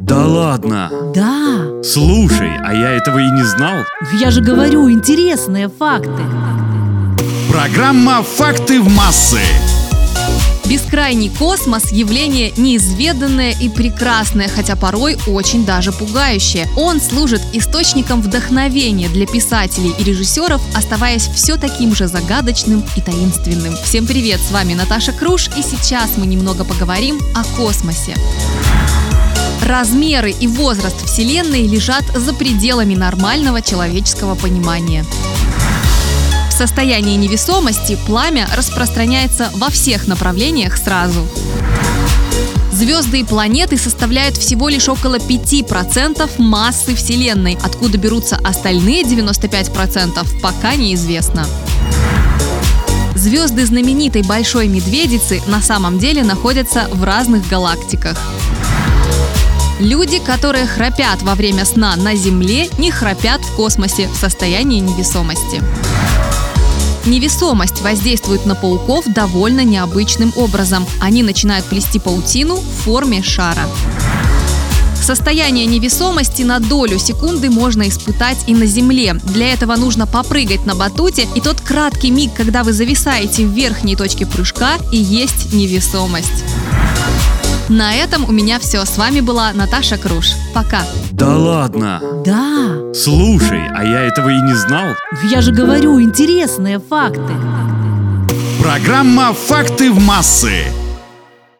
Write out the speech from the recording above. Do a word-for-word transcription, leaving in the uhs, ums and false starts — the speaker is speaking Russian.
Да ладно? Да. Слушай, а я этого и не знал. Я же говорю, интересные факты. Программа «Факты в массы». Бескрайний космос – явление неизведанное и прекрасное, хотя порой очень даже пугающее. Он служит источником вдохновения для писателей и режиссеров, оставаясь все таким же загадочным и таинственным. Всем привет, с вами Наташа Круш, и сейчас мы немного поговорим о космосе. Размеры и возраст Вселенной лежат за пределами нормального человеческого понимания. В состоянии невесомости пламя распространяется во всех направлениях сразу. Звезды и планеты составляют всего лишь около пяти процентов массы Вселенной. Откуда берутся остальные девяносто пять процентов, пока неизвестно. Звезды знаменитой Большой Медведицы на самом деле находятся в разных галактиках. Люди, которые храпят во время сна на Земле, не храпят в космосе в состоянии невесомости. Невесомость воздействует на пауков довольно необычным образом. Они начинают плести паутину в форме шара. Состояние невесомости на долю секунды можно испытать и на Земле. Для этого нужно попрыгать на батуте, и тот краткий миг, когда вы зависаете в верхней точке прыжка, и есть невесомость. На этом у меня все. С вами была Наташа Круш. Пока. Да ладно? Да. Слушай, а я этого и не знал. Я же говорю, интересные факты. Программа «Факты в массы».